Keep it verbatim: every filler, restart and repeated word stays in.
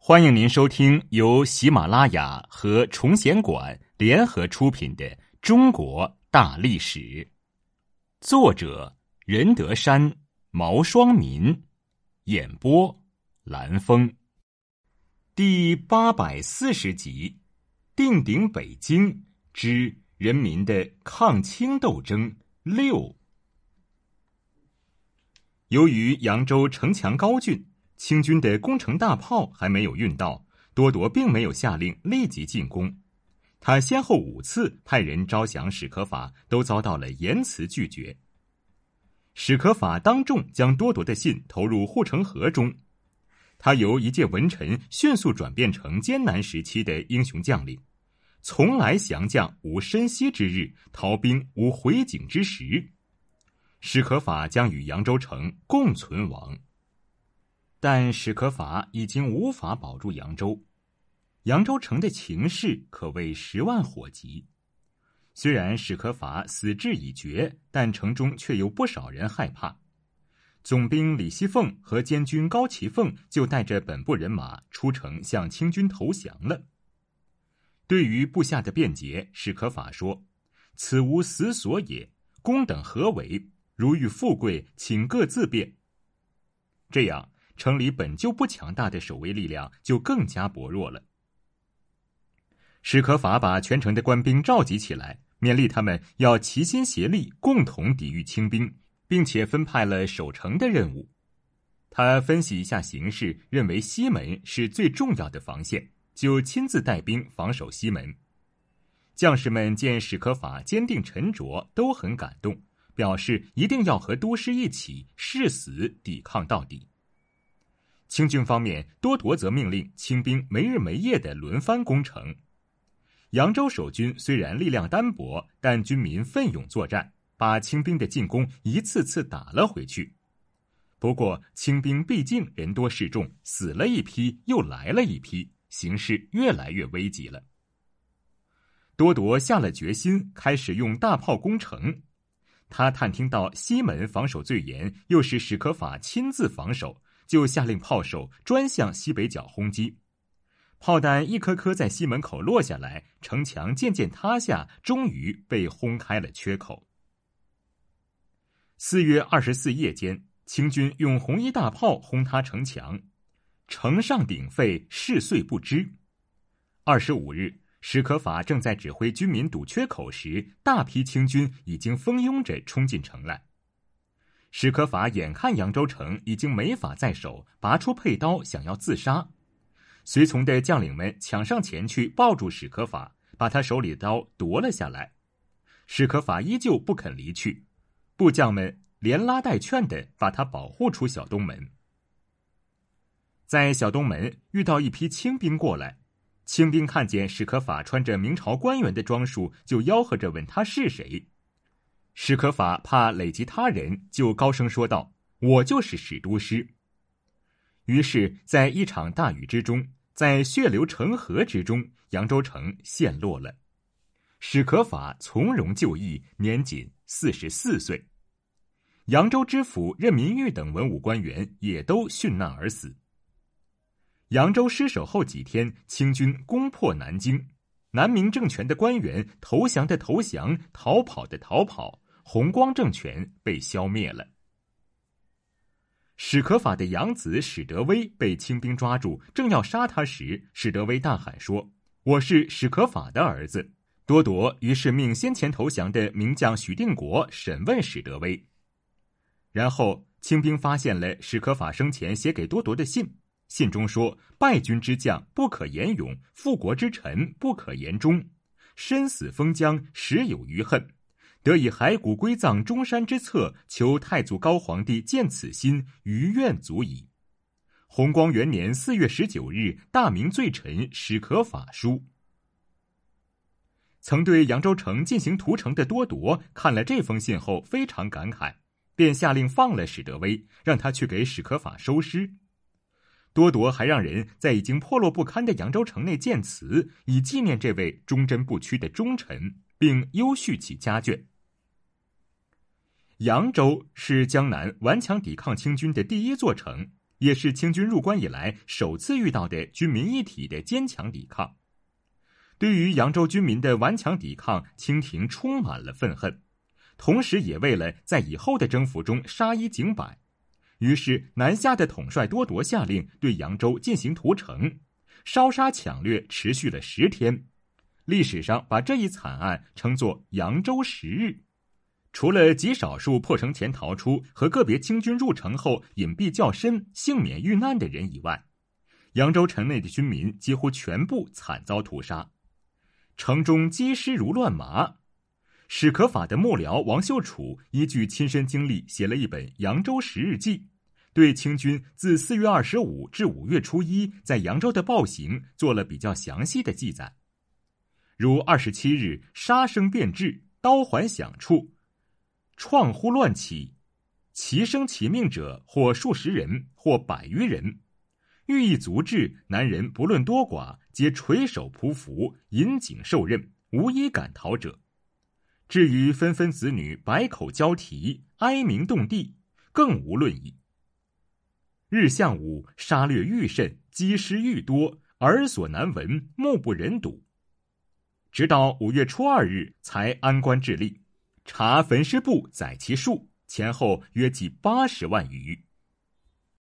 欢迎您收听由喜马拉雅和崇贤馆联合出品的《中国大历史》，作者任德山、毛双民，演播蓝峰，第八百四十集：定鼎北京之人民的抗清斗争六。由于扬州城墙高峻，清军的攻城大炮还没有运到，多铎并没有下令立即进攻。他先后五次派人招降史可法，都遭到了严词拒绝。史可法当众将多铎的信投入护城河中，他由一介文臣迅速转变成艰难时期的英雄将领。从来降将无身息之日，逃兵无回警之时。史可法将与扬州城共存亡。但史可法已经无法保住扬州，扬州城的情势可谓十万火急。虽然史可法死志已决，但城中却有不少人害怕。总兵李熙凤和监军高奇凤就带着本部人马出城向清军投降了。对于部下的辩解，史可法说：“此无死所也，公等何为？如遇富贵，请各自辩。”这样城里本就不强大的守卫力量就更加薄弱了。史可法把全城的官兵召集起来，勉励他们要齐心协力，共同抵御清兵，并且分派了守城的任务。他分析一下形势，认为西门是最重要的防线，就亲自带兵防守西门。将士们见史可法坚定沉着，都很感动，表示一定要和都师一起誓死抵抗到底。清军方面，多铎则命令清兵没日没夜地轮番攻城。扬州守军虽然力量单薄，但军民奋勇作战，把清兵的进攻一次次打了回去。不过清兵毕竟人多势众，死了一批又来了一批，形势越来越危急了。多铎下了决心，开始用大炮攻城。他探听到西门防守最严，又是史可法亲自防守，就下令炮手专向西北角轰击。炮弹一颗颗在西门口落下来，城墙渐渐塌下，终于被轰开了缺口。四月二十四夜间，清军用红衣大炮轰塌城墙，城上鼎沸，事遂不知。二十五日，史可法正在指挥军民堵缺口时，大批清军已经蜂拥着冲进城来。史可法眼看扬州城已经没法再守，拔出佩刀想要自杀。随从的将领们抢上前去抱住史可法，把他手里的刀夺了下来。史可法依旧不肯离去，部将们连拉带劝地把他保护出小东门。在小东门遇到一批清兵过来，清兵看见史可法穿着明朝官员的装束，就吆喝着问他是谁。史可法怕累及他人，就高声说道：“我就是史都师。”于是在一场大雨之中，在血流成河之中，扬州城陷落了。史可法从容就义，年仅四十四岁。扬州知府任民玉等文武官员也都殉难而死。扬州失守后几天，清军攻破南京，南明政权的官员投降的投降，逃跑的逃跑，弘光政权被消灭了。史可法的养子史德威被清兵抓住，正要杀他时，史德威大喊说：“我是史可法的儿子。”多铎于是命先前投降的名将许定国审问史德威。然后清兵发现了史可法生前写给多铎的信，信中说：“败军之将不可言勇，复国之臣不可言忠，身死封疆，实有余恨。得以骸骨归葬中山之侧，求太祖高皇帝见此心，余愿足矣。弘光元年四月十九日，大明罪臣史可法书。”曾对扬州城进行屠城的多铎看了这封信后非常感慨，便下令放了史德威，让他去给史可法收尸。多铎还让人在已经破落不堪的扬州城内建祠，以纪念这位忠贞不屈的忠臣，并优叙其家眷。扬州是江南顽强抵抗清军的第一座城， 也是清军入关以来首次遇到的军民一体的坚强抵抗。对于扬州军民的顽强抵抗，清廷充满了愤恨，同时也为了在以后的征服中杀一儆百，于是南下的统帅多铎下令对扬州进行屠城，烧杀抢掠持续了十天。历史上把这一惨案称作扬州十日。除了极少数破城前逃出和个别清军入城后隐蔽较深幸免遇难的人以外，扬州城内的军民几乎全部惨遭屠杀，城中积尸如乱麻。史可法的幕僚王秀楚依据亲身经历写了一本《扬州十日记》，对清军自四月二十五至五月初一在扬州的暴行做了比较详细的记载。如二十七日杀声遍至，刀环响处，创呼乱起，其生其命者或数十人，或百余人。寓意足至，男人不论多寡，皆垂手匍匐，引颈受刃，无一敢逃者。至于纷纷子女百口交啼，哀鸣动地，更无论矣。日向午，杀掠愈甚，积尸愈多，耳所难闻，目不忍睹。直到五月初二日才安官治吏，查焚尸簿载其数，前后约计八十万余。